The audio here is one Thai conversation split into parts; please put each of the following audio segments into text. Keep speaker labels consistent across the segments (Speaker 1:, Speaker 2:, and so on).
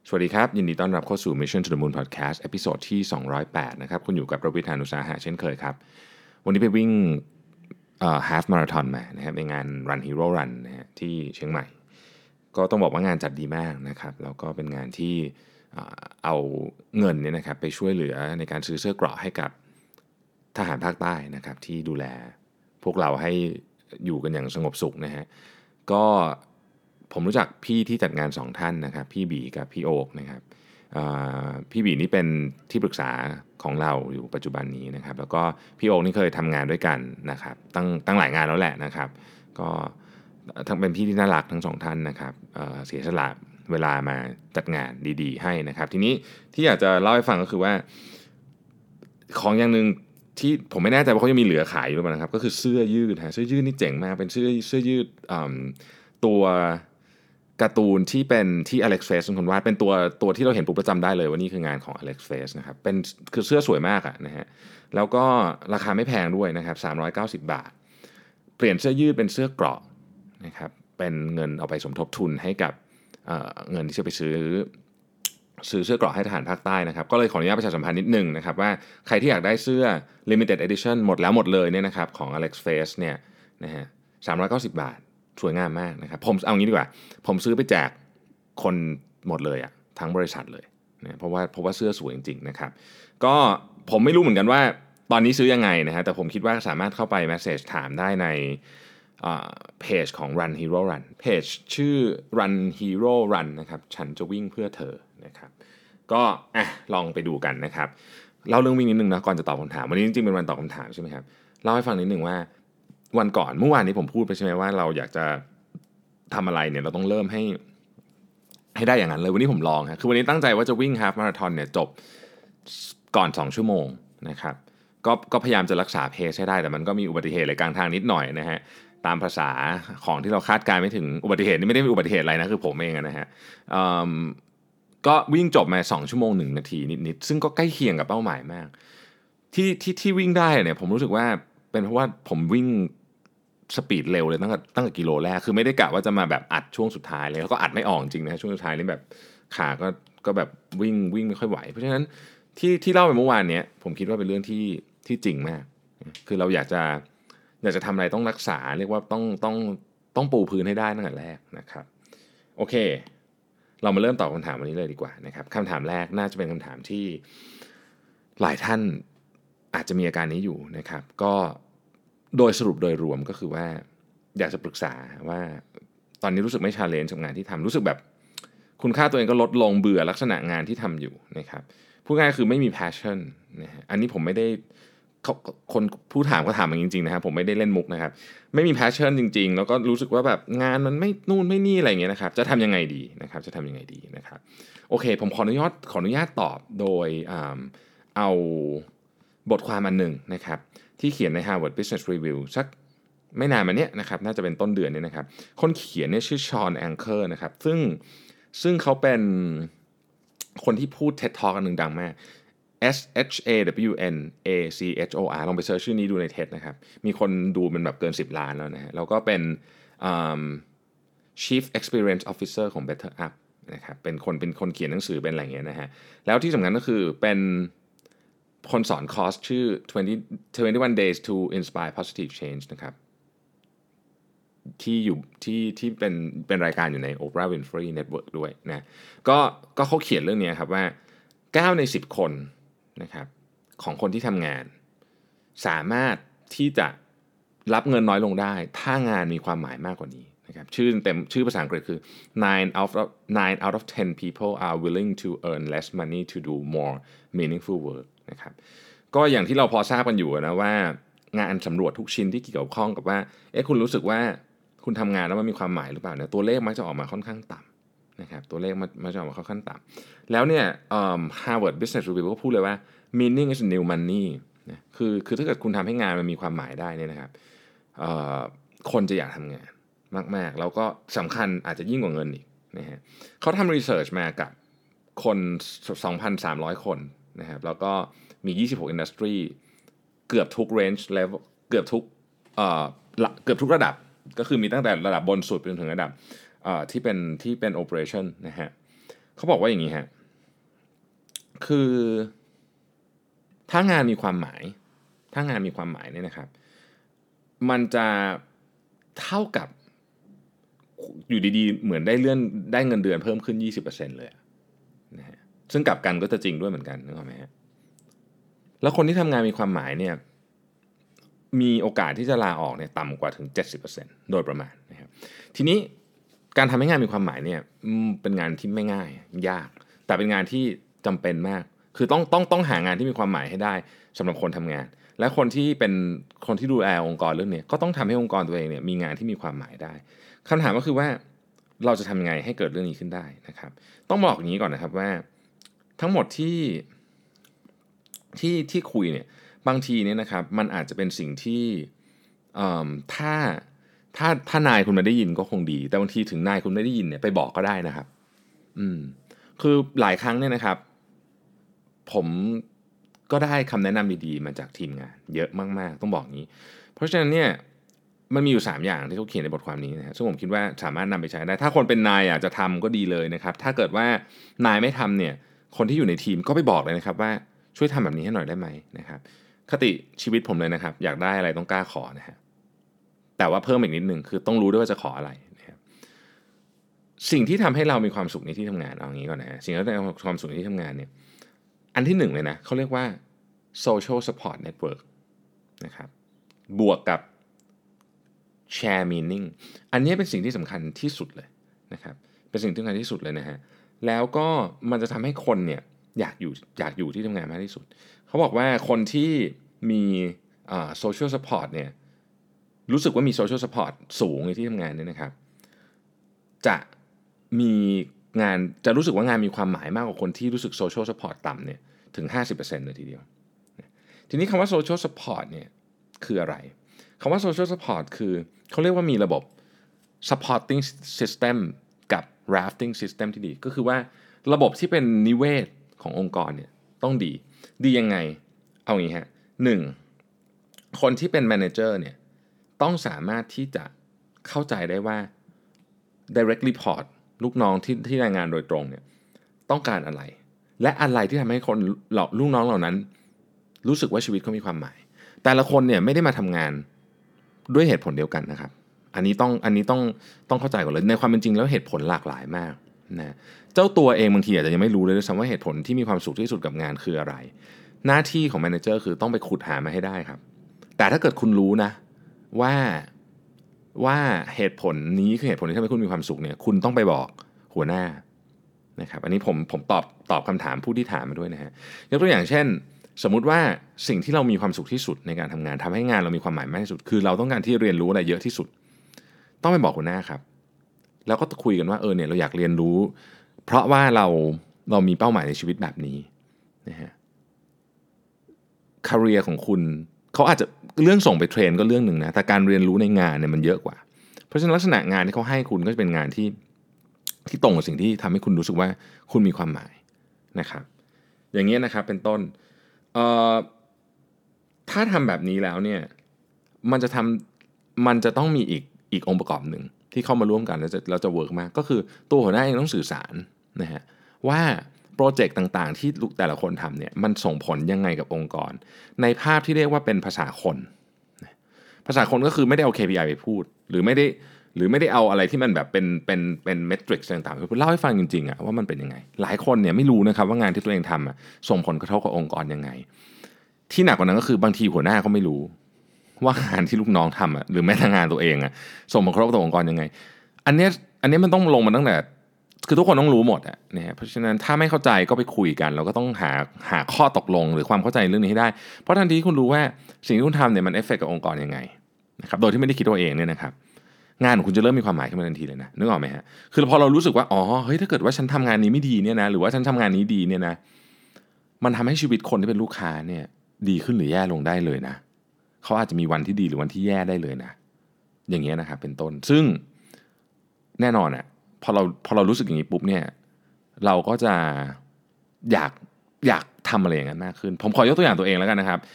Speaker 1: สวัสดีครับยินดีต้อนรับเข้าสู่ Mission to the Moon Podcast เอพิโซดที่208นะครับคุณอยู่กับรวิทยานุสาหะเช่นเคยครับวันนี้ไปวิ่งhalf marathon มานะครับในงาน Run Hero Run นะฮะที่เชียงใหม่ก็ต้องบอกว่างานจัดดีมากนะครับแล้วก็เป็นงานที่เอาเงินเนี่ยนะครับไปช่วยเหลือในการซื้อเสื้อเกราะให้กับทหารภาคใต้นะครับที่ดูแลพวกเราให้อยู่กันอย่างสงบสุขนะฮะก็ผมรู้จักพี่ที่จัดงาน2ท่านนะครับพี่บีกับพี่โอ๊กนะครับพี่บีนี่เป็นที่ปรึกษาของเราอยู่ปัจจุบันนี้นะครับแล้วก็พี่โอ๊กนี่เคยทำงานด้วยกันนะครับตั้งหลายงานแล้วแหละนะครับก็ทั้งเป็นพี่ที่น่ารักทั้ง2ท่านนะครับเสียสละเวลามาจัดงานดีๆให้นะครับทีนี้ที่อยากจะเล่าให้ฟังก็คือว่าของอย่างหนึ่งที่ผมไม่แน่ใจว่าเขายังมีเหลือขายอยู่หรือเปล่านะครับก็คือเสื้อยืดฮะเสื้อยืดนี่เจ๋งมากเป็นเสื้อยืดตัวการ์ตูนที่เป็นที่ Alex Face เป็นคนวาดเป็นตัวที่เราเห็นปุ๊บประจำได้เลยว่านี่คืองานของ Alex Face นะครับคือเสื้อสวยมากอะนะฮะแล้วก็ราคาไม่แพงด้วยนะครับ390 บาทเปลี่ยนเสื้อยืดเป็นเสื้อเกราะนะครับเป็นเงินเอาไปสมทบทุนให้กับเงินที่จะไปซื้อเสื้อเกราะให้ทหารภาคใต้นะครับก็เลยขออนุญาตประชาสัมพันธ์นิดนึงนะครับว่าใครที่อยากได้เสื้อ Limited Edition หมดแล้วหมดเลยเนี่ยนะครับของ Alex Face เนี่ยนะฮะ390 บาทสวยงามมากนะครับผมเอางี้ดีกว่าผมซื้อไปแจกคนหมดเลยอะทั้งบริษัทเลยนะเพราะว่าเสื้อสวยจริงๆนะครับก็ผมไม่รู้เหมือนกันว่าตอนนี้ซื้อยังไงนะฮะแต่ผมคิดว่าสามารถเข้าไป message ถามได้ในเพจของ Run Hero Run เพจชื่อ Run Hero Run นะครับฉันจะวิ่งเพื่อเธอนะครับก็ลองไปดูกันนะครับเล่าเรื่องวิ่งนิดนึงนะก่อนจะตอบคำถามวันนี้จริงๆเป็นวันตอบคำถามใช่ไหมครับเล่าให้ฟังนิดนึงว่าวันก่อนเมื่อวานนี้ผมพูดไปใช่ไหมว่าเราอยากจะทำอะไรเนี่ยเราต้องเริ่มให้ได้อย่างนั้นเลยวันนี้ผมลองครับคือวันนี้ตั้งใจว่าจะวิ่งฮาล์ฟมาราธอนเนี่ยจบก่อน2ชั่วโมงนะครับก็พยายามจะรักษาเพสให้ได้แต่มันก็มีอุบัติเหตุอะไรกลางทางนิดหน่อยนะฮะตามภาษาของที่เราคาดการไม่ถึงอุบัติเหตุนี่ไม่ได้เป็นอุบัติเหตุอะไรนะคือผมเองนะฮะก็วิ่งจบมา2ชั่วโมง1นาทีนิดๆซึ่งก็ใกล้เคียงกับเป้าหมายมากที่วิ่งได้เนี่ยผมรู้สึกว่าเป็นเพราะว่าผมวิ่งสปีดเร็วเลยตั้งแต่กิโลแรกคือไม่ได้กะว่าจะมาแบบอัดช่วงสุดท้ายเลยแล้วก็อัดไม่ออกจริงนะช่วงสุดท้ายนี่แบบขาก็แบบวิ่งไม่ค่อยไหวเพราะฉะนั้นที่เล่าไปเมื่อวานเนี้ยผมคิดว่าเป็นเรื่องที่จริงมากคือเราอยากจะทำอะไรต้องรักษาเรียกว่าต้องปูพื้นให้ได้ตั้งแต่แรกนะครับโอเคเรามาเริ่มตอบคำถามวันนี้เลยดีกว่านะครับคำถามแรกน่าจะเป็นคำถามที่หลายท่านอาจจะมีอาการนี้อยู่นะครับก็โดยสรุปโดยรวมก็คือว่าอยากจะปรึกษาว่าตอนนี้รู้สึกไม่ challenge กับงานที่ทำรู้สึกแบบคุณค่าตัวเองก็ลดลงเบื่อลักษณะงานที่ทำอยู่นะครับพูดง่ายคือไม่มี passion นะฮะอันนี้ผมไม่ได้คนผู้ถามก็ถามมาจริงๆนะครับผมไม่ได้เล่นมุกนะครับไม่มี passion จริงๆแล้วก็รู้สึกว่าแบบงานมันไม่นู่นไม่นี่อะไรอย่างเงี้ยนะครับจะทำยังไงดีนะครับโอเคผมขออนุญาตตอบโดยเอาบทความอันหนึ่งนะครับที่เขียนใน Harvard Business Review สักไม่นานมาเนี้ยนะครับน่าจะเป็นต้นเดือนนี้นะครับคนเขียนเนี่ยชื่อชอนแองเกอร์นะครับซึ่งเขาเป็นคนที่พูด TED Talk อันหนึ่งดังมาก SHAWNACHOR ลองไปเซิร์ชชื่อนี้ดูใน TED นะครับมีคนดูเป็นแบบเกิน10 ล้านแล้วนะฮะแล้วก็เป็นChief Experience Officer ของ Better Up นะครับเป็นคนเขียนหนังสือเป็นอะไรอย่างเงี้ยนะฮะแล้วที่สำคัญก็คือเป็นคนสอนคอร์สชื่อ21 Days to Inspire Positive Change นะครับที่อยู่ที่เป็นรายการอยู่ใน Oprah Winfrey Network ด้วยนะก็เขาเขียนเรื่องนี้ครับว่า9ใน10คนนะครับของคนที่ทำงานสามารถที่จะรับเงินน้อยลงได้ถ้างานมีความหมายมากกว่านี้นะครับชื่อภาษาอังกฤษคือnine out of 10 people are willing to earn less money to do more meaningful work นะครับก็อย่างที่เราพอทราบกันอยู่นะว่างานสำรวจทุกชิ้นที่เกี่ยวข้องกับว่าคุณรู้สึกว่าคุณทำงานแล้วมันมีความหมายหรือเปล่าเนี่ยตัวเลขมักจะออกมาค่อนข้างต่ำนะครับตัวเลขมักจะออกมาค่อนข้างต่ำแล้วเนี่ยHarvard Business Review ก็พูดเลยว่า meaning is the new money นะคือถ้าเกิดคุณทำให้งานมันมีความหมายได้เนี่ยนะครับคนจะอยากทำงานมากๆแล้วก็สำคัญอาจจะยิ่งกว่าเงินอีกนะฮะเขาทำรีเสิร์ชมากับคน 2,300 คนนะครับแล้วก็มี26 industry เกือบทุก range level เกือบทุกระดับก็คือมีตั้งแต่ระดับบนสุดไปจนถึงระดับที่เป็น operation นะฮะเขาบอกว่าอย่างนี้ฮะคือถ้างานมีความหมายเนี่ยนะครับมันจะเท่ากับอยู่ดีๆเหมือนได้เงินเดือนเพิ่มขึ้น 20% เลยนะฮะซึ่งกลับกันก็จะจริงด้วยเหมือนกันนึกออกไหมฮะแล้วคนที่ทำงานมีความหมายเนี่ยมีโอกาสที่จะลาออกเนี่ยต่ำกว่าถึง 70% โดยประมาณนะครับทีนี้การทำให้งานมีความหมายเนี่ยเป็นงานที่ไม่ง่ายยากแต่เป็นงานที่จำเป็นมากคือต้องหางานที่มีความหมายให้ได้สำหรับคนทำงานและคนที่เป็นคนที่ดูแลองค์กรเรื่องนี้ก็ต้องทำให้องค์กรตัวเองเนี่ยมีงานที่มีความหมายได้คำถามก็คือว่าเราจะทำยังไงให้เกิดเรื่องนี้ขึ้นได้นะครับต้องบอกอย่างนี้ก่อนนะครับว่าทั้งหมดที่คุยเนี่ยบางทีเนี่ยนะครับมันอาจจะเป็นสิ่งที่ถ้านายคุณมาได้ยินก็คงดีแต่บางทีถึงนายคุณไม่ได้ยินเนี่ยไปบอกก็ได้นะครับคือหลายครั้งเนี่ยนะครับผมก็ได้คำแนะนำดีๆมาจากทีมงานเยอะมากๆต้องบอกงี้เพราะฉะนั้นเนี่ยมันมีอยู่3อย่างที่เขาเขียนในบทความนี้นะครับซึ่งผมคิดว่าสามารถนำไปใช้ได้ถ้าคนเป็นนายอยากจะทำก็ดีเลยนะครับถ้าเกิดว่านายไม่ทำเนี่ยคนที่อยู่ในทีมก็ไปบอกเลยนะครับว่าช่วยทำแบบนี้ให้หน่อยได้ไหมนะครับคติชีวิตผมเลยนะครับอยากได้อะไรต้องกล้าขอนะฮะแต่ว่าเพิ่มอีกนิดนึงคือต้องรู้ด้วยว่าจะขออะไรนะครับสิ่งที่ทำให้เรามีความสุขในที่ทำงานเอางี้ก่อนนะฮะสิ่งที่ทำให้เรามีความสุขในที่ทำงานเนี่ยอันที่1เลยนะเขาเรียกว่า social support network นะครับบวกกับ share meaning อันนี้เป็นสิ่งที่สำคัญที่สุดเลยนะครับเป็นสิ่งที่สำคัญที่สุดเลยนะฮะแล้วก็มันจะทำให้คนเนี่ยอยากอยู่ที่ทำงานมากที่สุดเขาบอกว่าคนที่มีsocial support เนี่ยรู้สึกว่ามี social support สูงในที่ทำงานเนี่ยนะครับจะมีจะรู้สึกว่างานมีความหมายมากกว่าคนที่รู้สึก social support ต่ำเนี่ยถึง 50% เลยทีเดียวทีนี้คำว่า social support เนี่ยคืออะไรคำว่า social support คือเขาเรียกว่ามีระบบ supporting system กับ drafting system ที่ดีก็คือว่าระบบที่เป็นนิเวศขององค์กรเนี่ยต้องดียังไงเอาอย่างนี้ฮะ1คนที่เป็น manager เนี่ยต้องสามารถที่จะเข้าใจได้ว่า direct report ลูกน้องที่รายงานโดยตรงเนี่ยต้องการอะไรและอะไรที่ทำให้คนลูกน้องเหล่านั้นรู้สึกว่าชีวิตเขามีความหมายแต่ละคนเนี่ยไม่ได้มาทำงานด้วยเหตุผลเดียวกันนะครับอันนี้ต้องเข้าใจก่อนเลยในความเป็นจริงแล้วเหตุผลหลากหลายมากนะเจ้าตัวเองบางทีอาจจะยังไม่รู้เลยด้วยซ้ำว่าเหตุผลที่มีความสุขที่สุดกับงานคืออะไรหน้าที่ของแมเนเจอร์คือต้องไปขุดหามาให้ได้ครับแต่ถ้าเกิดคุณรู้นะว่าเหตุผลนี้คือเหตุผลที่ทำให้คุณมีความสุขเนี่ยคุณต้องไปบอกหัวหน้านะครับอันนี้ผมตอบคำถามผู้ที่ถามมาด้วยนะฮะยกตัวอย่างเช่นสมมุติว่าสิ่งที่เรามีความสุขที่สุดในการทำงานทำให้งานเรามีความหมายมากที่สุดคือเราต้องการที่เรียนรู้อะไรเยอะที่สุดต้องไปบอกหัวหน้าครับแล้วก็คุยกันว่าเนี่ยเราอยากเรียนรู้เพราะว่าเรามีเป้าหมายในชีวิตแบบนี้นะฮะcareer ของคุณเขาอาจจะเรื่องส่งไปเทรนก็เรื่องหนึ่งนะแต่การเรียนรู้ในงานเนี่ยมันเยอะกว่าเพราะฉะนั้นลักษณะงานที่เขาให้คุณก็จะเป็นงานที่ตรงกับสิ่งที่ทำให้คุณรู้สึกว่าคุณมีความหมายนะครับอย่างเงี้ยนะครับเป็นต้นถ้าทำแบบนี้แล้วเนี่ยมันจะต้องมีอีกองค์ประกอบหนึ่งที่เข้ามาร่วมกันแล้วจะเวิร์กมากก็คือตัวหัวหน้าเองต้องสื่อสารนะฮะว่าโปรเจกต์ต่างๆที่แต่ละคนทำเนี่ยมันส่งผลยังไงกับองค์กรในภาพที่เรียกว่าเป็นภาษาคนภาษาคนก็คือไม่ได้เอา KPI ไปพูดหรือไม่ได้เอาอะไรที่มันแบบเป็นเมทริกซ์ต่างๆไปพูดเล่าให้ฟังจริงๆอะว่ามันเป็นยังไงหลายคนเนี่ยไม่รู้นะครับว่างานที่ตัวเองทำส่งผลกระทบกับองค์กรยังไงที่หนักกว่านั้นก็คือบางทีหัวหน้าก็ไม่รู้ว่างานที่ลูกน้องทำหรือแม้แต่งานตัวเองส่งผลกระทบต่อองค์กรยังไงอันนี้มันต้องลงมาตั้งแต่คือทุกคนต้องรู้หมดนะฮะเพราะฉะนั้นถ้าไม่เข้าใจก็ไปคุยกันเราก็ต้องหาข้อตกลงหรือความเข้าใจเรื่องนี้ให้ได้เพราะทันทีคุณรู้ว่าสิ่งที่คุณทำเนี่ยมันเอฟเฟกต์กับองค์กรยังไงนะครับโดยที่ไม่ได้คิดตัวเองเนี่ยนะครับงานของคุณจะเริ่มมีความหมายขึ้นมาทันทีเลยนะนึกออกไหมฮะคือพอเรารู้สึกว่าเฮ้ยถ้าเกิดว่าฉันทำงานนี้ไม่ดีเนี่ยนะหรือว่าฉันทำงานนี้ดีเนี่ยนะมันทำให้ชีวิตคนที่เป็นลูกค้าเนี่ยดีขึ้นหรือแย่ลงได้เลยนะเขาอาจจะมีวันที่ดีหรือวันที่แย่ได้เลยนะอย่างเงี้ยนะครับเป็นต้นซึ่งแน่นอนพอเรารู้สึกอย่างนี้ปุ๊บเนี่ยเราก็จะอยากทำอะไรอย่างนั้นมากขึ้นผมขอยกตัวอย่างตัวเองแล้วกันนะครับ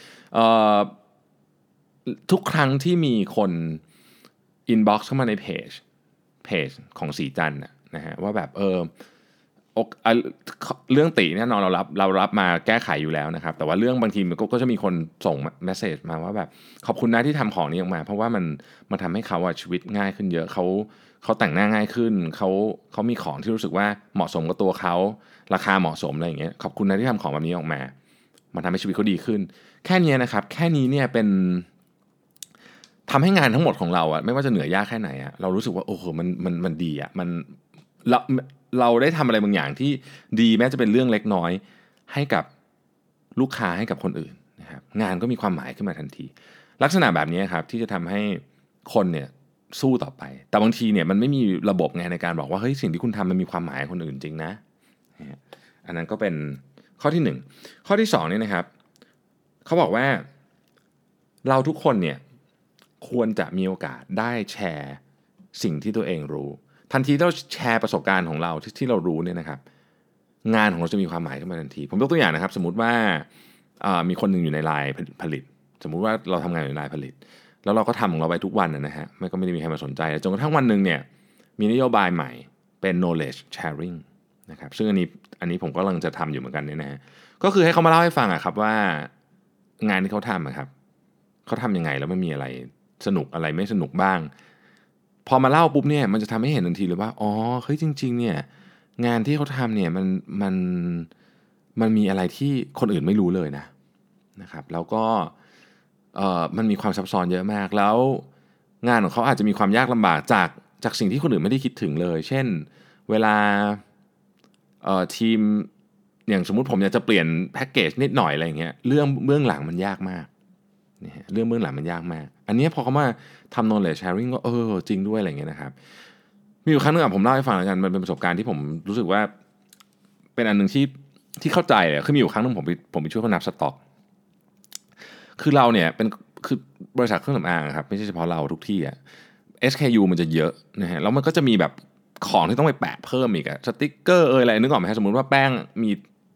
Speaker 1: ทุกครั้งที่มีคนอินบ็อกซ์เข้ามาในเพจของสีจันทร์นะฮะว่าแบบเรื่องติแน่นอนเรารับมาแก้ไขอยู่แล้วนะครับแต่ว่าเรื่องบางทีมันก็จะมีคนส่งเมสเสจมาว่าแบบขอบคุณนะที่ทำของนี้ออกมาเพราะว่ามันทำให้เขาชีวิตง่ายขึ้นเยอะเขาแต่งหน้าง่ายขึ้นเขามีของที่รู้สึกว่าเหมาะสมกับตัวเขาราคาเหมาะสมอะไรอย่างเงี้ยขอบคุณนะที่ทำของแบบนี้ออกมามันทำให้ชีวิตเขาดีขึ้นแค่นี้นะครับแค่นี้เนี่ยเป็นทำให้งานทั้งหมดของเราไม่ว่าจะเหนื่อยยากแค่ไหนเรารู้สึกว่าโอ้โหมันดีเราเราได้ทำอะไรบางอย่างที่ดีแม้จะเป็นเรื่องเล็กน้อยให้กับลูกค้าให้กับคนอื่นนะครับงานก็มีความหมายขึ้นมาทันทีลักษณะแบบนี้ครับที่จะทำให้คนเนี่ยสู้ต่อไปแต่บางทีเนี่ยมันไม่มีระบบไงในการบอกว่าเฮ้ยสิ่งที่คุณทำมันมีความหมายกับคนอื่นจริงนะอันนั้นก็เป็นข้อที่1ข้อที่2นี่นะครับเขาบอกว่าเราทุกคนเนี่ยควรจะมีโอกาสได้แชร์สิ่งที่ตัวเองรู้ทันทีที่เราแชร์ประสบการณ์ของเราที่เรารู้เนี่ยนะครับงานของเราจะมีความหมายขึ้นมาทันทีผมยกตัวอย่างนะครับสมมุติว่ามีคนหนึ่งอยู่ในไลน์ผลิตสมมุติว่าเราทำงานอยู่ในไลน์ผลิตแล้วเราก็ทำของเราไปทุกวันนะฮะไม่ได้มีใครมาสนใจจนกระทั่งวันหนึ่งเนี่ยมีนโยบายใหม่เป็น knowledge sharing นะครับซึ่งอันนี้ผมก็กำลังจะทำอยู่เหมือนกันเนี่ยนะฮะก็คือให้เขามาเล่าให้ฟังครับว่างานที่เขาทำครับเขาทำยังไงแล้วมันมีอะไรสนุกอะไรไม่สนุกบ้างพอมาเล่าปุ๊บเนี่ยมันจะทำให้เห็นทันทีเลยว่าอ๋อเฮ้ยจริงๆเนี่ยงานที่เขาทำเนี่ยมันมีอะไรที่คนอื่นไม่รู้เลยนะครับแล้วก็มันมีความซับซ้อนเยอะมากแล้วงานของเขาอาจจะมีความยากลำบากจากสิ่งที่คนอื่นไม่ได้คิดถึงเลยเช่นเวลาทีมอย่างสมมุติผมอยากจะเปลี่ยนแพ็กเกจนิดหน่อยอะไรอย่างเงี้ยเรื่องเบื้องหลังมันยากมากเรื่องเบื้องหลังมันยากมากอันนี้พอเขามาทำ knowledge sharing ก็จริงด้วยอะไรอย่างเงี้ยนะครับมีอยู่ครั้งนึงผมเล่าให้ฟังแล้วกันมันเป็นประสบการณ์ที่ผมรู้สึกว่าเป็นอันนึงที่เข้าใจเลยคือมีอยู่ครั้งนึงผมไปช่วยเขานับสต็อกคือเราเนี่ยคือบริษัทเครื่องสำอางครับไม่ใช่เฉพาะเราทุกที่SKU มันจะเยอะนะฮะแล้วมันก็จะมีแบบของที่ต้องไปแปะเพิ่มอีกสติกเกอร์อะไรนึกออกไหมฮะสมมุติว่าแป้งมี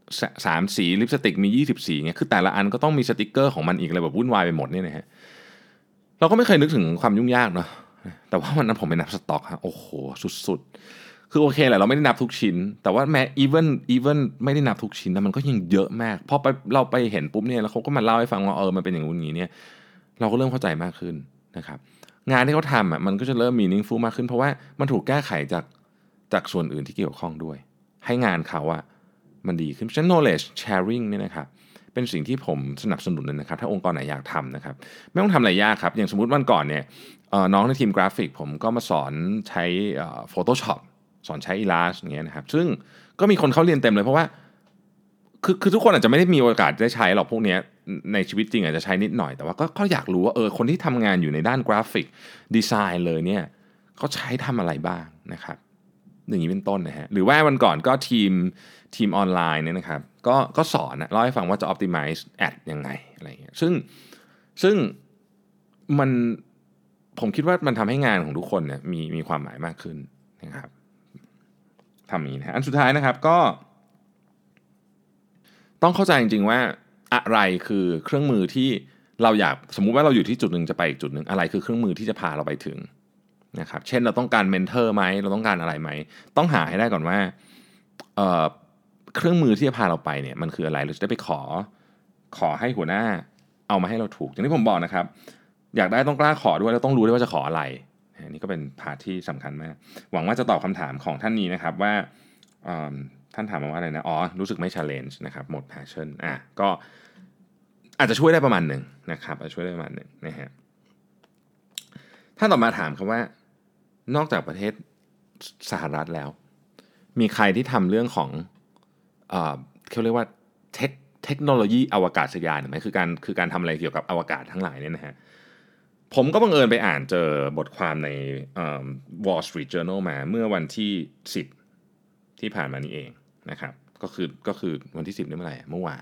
Speaker 1: 3สีลิปสติกมี20สีเงี้ยคือแต่ละอันก็ต้องมีสติกเกอร์ของมันอีกอะไรแบบวุ่นวายไปหมดเนี่ยนะฮะเราก็ไม่เคยนึกถึงความยุ่งยากเนาะแต่ว่าวันนั้นผมไปนับสต็อกโอ้โหสุดๆคือโอเคแหละเราไม่ได้นับทุกชิ้นแต่ว่าแม้ even ไม่ได้นับทุกชิ้นแต่มันก็ยังเยอะมากพอเราไปเห็นปุ๊บเนี่ยแล้วเขาก็มาเล่าให้ฟังว่ามันเป็นอย่างงู้นอย่างนี้เนี่ยเราก็เริ่มเข้าใจมากขึ้นนะครับงานที่เขาทำมันก็จะเริ่ม meaningful มากขึ้นเพราะว่ามันถูกแก้ไขจากส่วนอื่นที่เกี่ยวข้องด้วยให้งานเขามันดีขึ้นฉะนั้น knowledge sharing เนี่ยนะครับเป็นสิ่งที่ผมสนับสนุนเลยนะครับถ้าองค์กรไหนอยากทำนะครับไม่ต้องทำอะไรยากครับอย่างสมมุติวันก่อนเนี่ยน้องในทีมกราฟิกผมก็มาสอนใช้ Photoshop สอนใช้ Illustrator อย่างเงี้ยนะครับซึ่งก็มีคนเข้าเรียนเต็มเลยเพราะว่าคือทุกคนอาจจะไม่ได้มีโอกาสได้ใช้หรอกพวกนี้ในชีวิตจริงอาจจะใช้นิดหน่อยแต่ว่าก็อยากรู้ว่าคนที่ทำงานอยู่ในด้านกราฟิกดีไซน์เลยเนี่ยเขาใช้ทำอะไรบ้างนะครับอย่างนี้เป็นต้นนะฮะหรือว่าวันก่อนก็ทีมออนไลน์เนี่ยนะครับก็สอนเล่าให้ฟังว่าจะ optimize ad ยังไงอะไรเงี้ยซึ่งมันผมคิดว่ามันทำให้งานของทุกคนเนี่ยมีความหมายมากขึ้นนะครับทำอย่างนี้นะอันสุดท้ายนะครับก็ต้องเข้าใจจริงๆว่าอะไรคือเครื่องมือที่เราอยากสมมุติว่าเราอยู่ที่จุดหนึ่งจะไปอีกจุดหนึ่งอะไรคือเครื่องมือที่จะพาเราไปถึงนะครับเช่นเราต้องการเมนเทอร์ไหมเราต้องการอะไรไหมต้องหาให้ได้ก่อนว่าเครื่องมือที่จะพาเราไปเนี่ยมันคืออะไรเราจะได้ไปขอให้หัวหน้าเอามาให้เราถูกอย่างที่ผมบอกนะครับอยากได้ต้องกล้าขอด้วยแล้วต้องรู้ด้วยว่าจะขออะไรนี่ก็เป็นพาร์ทที่สำคัญมากหวังว่าจะตอบคำถามของท่านนี้นะครับว่าท่านถามมาว่าอะไรนะรู้สึกไม่ challenge นะครับหมด passion ก็อาจจะช่วยได้ประมาณหนึ่งนะครับอาจจะช่วยได้ประมาณหนึ่งนะฮะท่านต่อมาถามครับว่านอกจากประเทศสหรัฐแล้วมีใครที่ทำเรื่องของเขาเรียกว่าเทคโนโลยีอวกาศยานไหมคือการทำอะไรเกี่ยวกับอวกาศทั้งหลายเนี่ยนะฮะผมก็บังเอิญไปอ่านเจอบทความในWall Street Journal มาเมื่อวันที่10ที่ผ่านมานี้เองนะครับก็คือวันที่10นี่เมื่อไหร่เมื่อวาน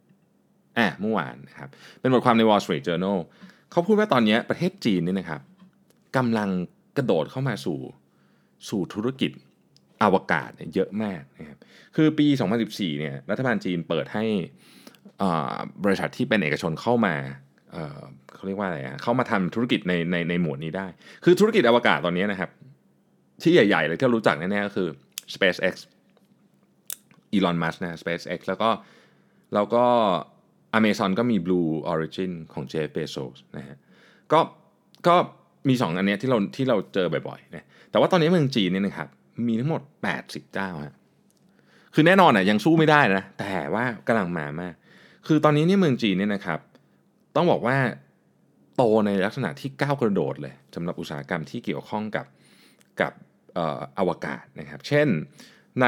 Speaker 1: นะครับเป็นบทความใน Wall Street Journal เขาพูดว่าตอนนี้ประเทศจีนนี่นะครับกำลังกระโดดเข้ามาสู่ธุรกิจอวกาศเยอะมากนะครับคือปี2014เนี่ยรัฐบาลจีนเปิดให้บริษัทที่เป็นเอกชนเข้ามาเขาเรียกว่าอะไรเข้ามาทำธุรกิจในหมวดนี้ได้คือธุรกิจอวกาศตอนนี้นะครับที่ใหญ่ๆเลยที่เรารู้จักแน่ๆก็คือ SpaceX Elon Musk นะ SpaceX แล้วก็ Amazon ก็มี Blue Origin ของ Jeff Bezos นะฮะก็มี2อันเนี้ยที่เราเจอบ่อยๆนะแต่ว่าตอนนี้เมืองจีนเนี่ยนะครับมีทั้งหมด80เจ้าฮะคือแน่นอนอ่ะยังสู้ไม่ได้นะแต่ว่ากำลังมามากคือตอนนี้เนี่ยเมืองจีนเนี่ยนะครับต้องบอกว่าโตในลักษณะที่ก้าวกระโดดเลยสำหรับอุตสาหกรรมที่เกี่ยวข้องกับอวกาศนะครับเช่นใน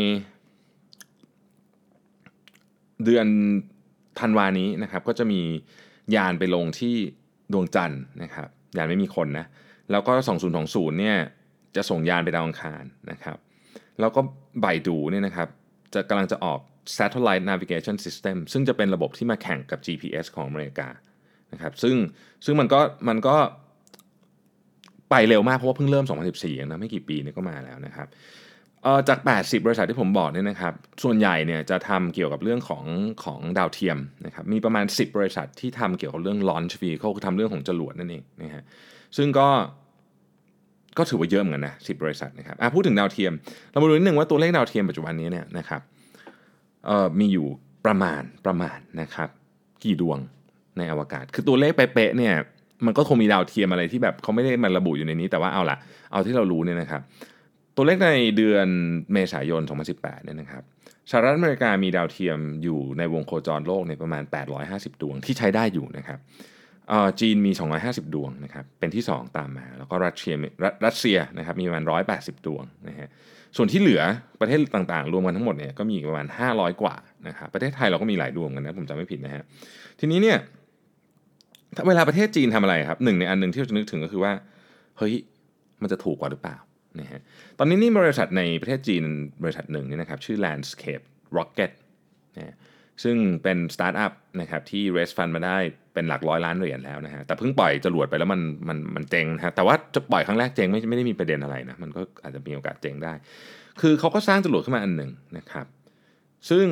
Speaker 1: เดือนธันวานี้นะครับก็จะมียานไปลงที่ดวงจันทร์นะครับยานไม่มีคนนะแล้วก็2020เนี่ยจะส่งยานไปดาวอังคารนะครับแล้วก็ไบดูเนี่ยนะครับกำลังจะออก Satellite Navigation System ซึ่งจะเป็นระบบที่มาแข่งกับ GPS ของอเมริกานะครับซึ่งมันก็ไปเร็วมากเพราะว่าเพิ่งเริ่ม2014นะไม่กี่ปีนี่ก็มาแล้วนะครับจาก80บริษัทที่ผมบอกเนี่ยนะครับส่วนใหญ่เนี่ยจะทำเกี่ยวกับเรื่องของดาวเทียมนะครับมีประมาณ10บริษัทที่ทำเกี่ยวกับเรื่อง launch vehicle คือทำเรื่องของจรวดนั่นเองนะฮะซึ่งก็ถือว่าเยอะเหมือนกันนะ10บริษัทนะครับพูดถึงดาวเทียมเรามาดูนิดนึงว่าตัวเลขดาวเทียมปัจจุบันนี้เนี่ยนะครับมีอยู่ประมาณนะครับกี่ดวงในอวกาศคือตัวเลขเป๊ะๆเนี่ยมันก็คงมีดาวเทียมอะไรที่แบบเขาไม่ได้มาระบุอยู่ในนี้แต่ว่าเอาที่เรารู้เนี่ยนะครับตัวเลขในเดือนเมษายน2018เนี่ยนะครับสหรัฐอเมริกามีดาวเทียมอยู่ในวงโคจรโลกในประมาณ850ดวงที่ใช้ได้อยู่นะครับจีนมี250ดวงนะครับเป็นที่2ตามมาแล้วก็รัสเซียนะครับมีประมาณ180ดวงนะฮะส่วนที่เหลือประเทศต่างๆรวมกันทั้งหมดเนี่ยก็มีประมาณ500กว่านะครับประเทศไทยเราก็มีหลายดวงกันนะผมจำไม่ผิดนะฮะทีนี้เนี่ยเวลาประเทศจีนทำอะไรครับหนึ่งในอันนึงที่เราจะนึกถึงก็คือว่าเฮ้ยมันจะถูกกว่าหรือเปล่านะฮะตอนนี้นี่บริษัทในประเทศจีนบริษัทหนึ่งนี่นะครับชื่อ Landscape Rocket นะซึ่งเป็นสตาร์ทอัพนะครับที่ raise fund มาได้เป็นหลักร้อยล้านเหรียญแล้วนะฮะแต่เพิ่งปล่อยจรวดไปแล้วมันเจ๊งนะฮะแต่ว่าจะปล่อยครั้งแรกเจ๊งไม่ได้มีประเด็นอะไรนะมันก็อาจจะมีโอกาสเจ๊งได้คือเขาก็สร้างจรวดขึ้นมาอันหนึ่งนะครับซึ่ง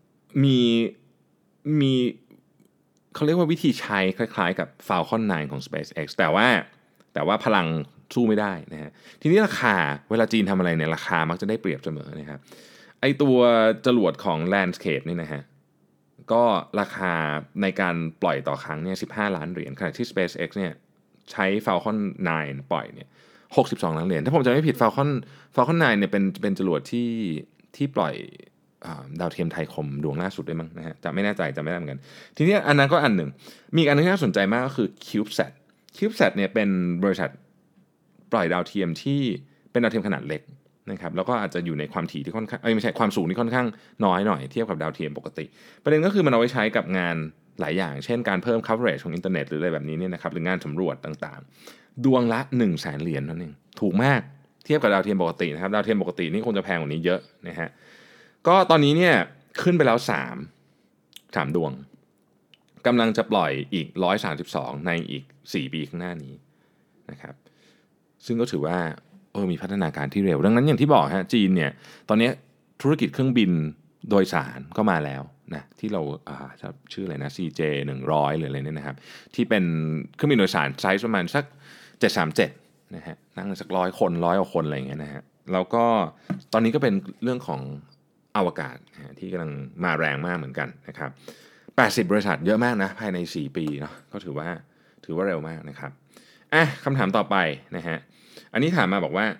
Speaker 1: มีเขาเรียกว่าวิธีใช้คล้ายๆกับ Falcon 9 ของ SpaceX แต่ว่าพลังสู้ไม่ได้นะฮะทีนี้ราคาเวลาจีนทำอะไรเนี่ยราคามักจะได้เปรียบเสมอนะครับไอตัวจรวดของ Landscape นี่นะฮะก็ราคาในการปล่อยต่อครั้งเนี่ย15ล้านเหรียญขณะที่ SpaceX เนี่ยใช้ Falcon 9 ปล่อยเนี่ย62ล้านเหรียญถ้าผมจำไม่ผิด Falcon 9เนี่ยเป็นจรวดที่ปล่อยดาวเทียมไทยคมดวงล่าสุดด้วยมั้งนะฮะจะไม่แน่ใจจำไม่ได้เหมือนกันทีนี้อันนั้นก็อันหนึ่งมีอันนึงที่น่าสนใจมากก็คือ CubeSat เนี่ยเป็นบริษัทปล่อยดาวเทียมที่เป็นดาวเทียมขนาดเล็กนะครับแล้วก็อาจจะอยู่ในความถี่ที่ค่อนข้างไม่ใช่ความสูงที่ค่อนข้างน้อยหน่อยเทียบกับดาวเทียมปกติประเด็นก็คือมันเอาไว้ใช้กับงานหลายอย่างเช่นการเพิ่ม coverage ของอินเทอร์เน็ตหรืออะไรแบบนี้เนี่ยนะครับหรืองานสำรวจต่างๆดวงละ 100,000 เหรียญนั่นเองถูกมากเทียบกับดาวเทียมปกตินะครับดาวเทียมปกตินี่คงจะแพงกว่านี้เยอะนะฮะก็ตอนนี้เนี่ยขึ้นไปแล้ว3ดวงกำลังจะปล่อยอีก132ในอีก4ปีข้างหน้านี้นะครับซึ่งก็ถือว่ามีพัฒนาการที่เร็วดังนั้นอย่างที่บอกฮะจีนเนี่ยตอนนี้ธุรกิจเครื่องบินโดยสารก็มาแล้วนะที่เราชื่ออะไรนะ CJ 100หรืออะไรเนี่ยนะครับที่เป็นเครื่องบินโดยสารไซส์ประมาณสัก737นะฮะนั่งสัก100 คน100กว่าคนอะไรอย่างเงี้ยนะฮะแล้วก็ตอนนี้ก็เป็นเรื่องของอวกาศที่กำลังมาแรงมากเหมือนกันนะครับ80บริษัทเยอะมากนะภายใน4ปีเนาะก็ถือว่าเร็วมากนะครับคำถามต่อไปนะฮะอันนี้ถามมาบอกว่า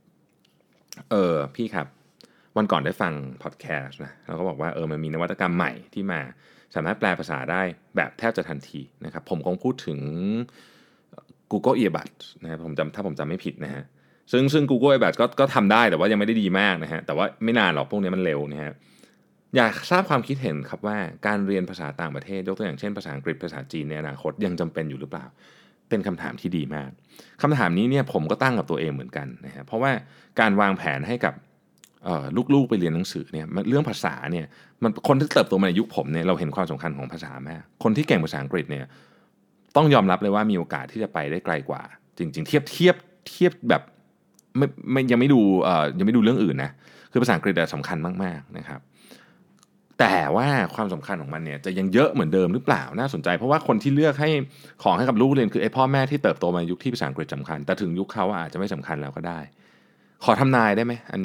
Speaker 1: พี่ครับวันก่อนได้ฟังพอดแคสต์นะเราก็บอกว่ามันมีนวัตกรรมใหม่ที่มาสามารถแปลภาษาได้แบบแทบจะทันทีนะครับผมคงพูดถึง Google Earbuds นะครับถ้าผมจำไม่ผิดนะฮะซึ่ง Google Earbuds ก็ทำได้แต่ว่ายังไม่ได้ดีมากนะฮะแต่ว่าไม่นานหรอกพวกนี้มันเร็วนะฮะอยากทราบความคิดเห็นครับว่าการเรียนภาษาต่างประเทศยกตัวอย่างเช่นภาษาอังกฤษภาษาจีนในอนาคตยังจำเป็นอยู่หรือเปล่าเป็นคำถามที่ดีมากคำถามนี้เนี่ยผมก็ตั้งกับตัวเองเหมือนกันนะฮะเพราะว่าการวางแผนให้กับลูกๆไปเรียนหนังสือเนี่ยเรื่องภาษาเนี่ยมันคนที่เติบโตมาในยุคผมเนี่ยเราเห็นความสำคัญของภาษามากคนที่เก่งภาษาอังกฤษเนี่ยต้องยอมรับเลยว่ามีโอกาสที่จะไปได้ไกลกว่าจริงๆเทียบแบบไม่ยังไม่ดูเรื่องอื่นนะคือภาษาอังกฤษสำคัญมากๆนะครับแต่ว่าความสำคัญของมันเนี่ยจะยังเยอะเหมือนเดิมหรือเปล่าน่าสนใจเพราะว่าคนที่เลือกให้ของให้กับลูกเรียนคือพ่อแม่ที่เติบโตมายุคที่ภาษาอังกฤษสำคัญแต่ถึงยุคเขาอาจจะไม่สำคัญแล้วก็ได้ขอทำนายได้ไหมอันนี้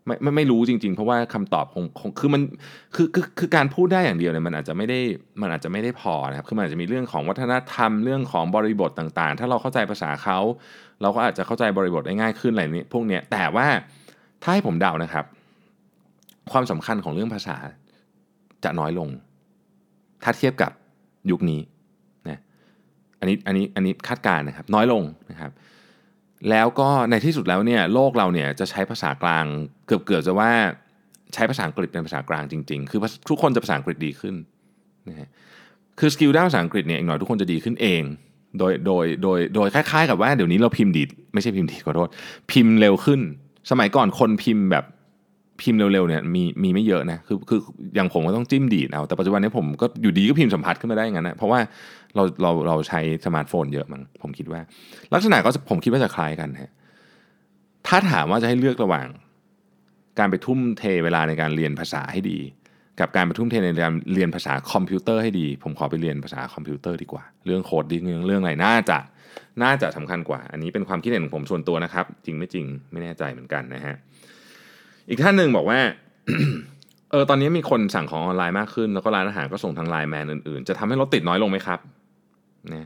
Speaker 1: ไม่รู้จริงๆเพราะว่าคำตอบคงคือมันคือการพูดได้อย่างเดียวเนี่ยมันอาจจะไม่ได้พอนะครับคือมันอาจจะมีเรื่องของวัฒนธรรมเรื่องของบริบทต่างๆถ้าเราเข้าใจภาษาเขาเราก็อาจจะเข้าใจบริบทได้ง่ายขึ้นอะไรนี้พวกเนี้ยแต่ว่าถ้าให้ผมเดานะครับความสำคัญของเรื่องภาษาจะน้อยลงถ้าเทียบกับยุคนี้นะอันนี้คาดการณ์นะครับน้อยลงนะครับแล้วก็ในที่สุดแล้วเนี่ยโลกเราเนี่ยจะใช้ภาษากลางเกือบจะว่าใช้ภาษาอังกฤษเป็นภาษากลางจริงๆคือทุกคนจะภาษาอังกฤษดีขึ้นนะฮะคือสกิลด้านภาษาอังกฤษเนี่ยอีกหน่อยทุกคนจะดีขึ้นเองโดยคล้ายๆกับว่าเดี๋ยวนี้เราพิมพ์ดีไม่ใช่พิมพ์ดีขอโทษพิมพ์เร็วขึ้นสมัยก่อนคนพิมพ์แบบพิมพ์เร็วๆเนี่ยมีไม่เยอะนะคืออย่างผมก็ต้องจิ้มดีดเอาแต่ปัจจุบันนี้ผมก็อยู่ดีก็พิมพ์สัมผัสขึ้นมาได้อย่างนั้นนะเพราะว่าเราใช้สมาร์ทโฟนเยอะมั้งผมคิดว่าลักษณะก็ผมคิดว่าจะคล้ายกันฮะถ้าถามว่าจะให้เลือกระหว่างการไปทุ่มเทเวลาในการเรียนภาษาให้ดีกับการไปทุ่มเทในการเรียนภาษาคอมพิวเตอร์ให้ดีผมขอไปเรียนภาษาคอมพิวเตอร์ดีกว่าเรื่องโค้ดดิ้งเรื่องอะไรน่าจะสำคัญกว่าอันนี้เป็นความคิดเห็นของผมส่วนตัวนะครับจริงไม่จริงไม่แน่ใจเหมือนกันนะฮะอีกท่านหนึ่งบอกว่า ตอนนี้มีคนสั่งของออนไลน์มากขึ้นแล้วก็ร้านอาหารก็ส่งทางไลน์แมนอื่นๆจะทำให้รถติดน้อยลงไหมครับนะ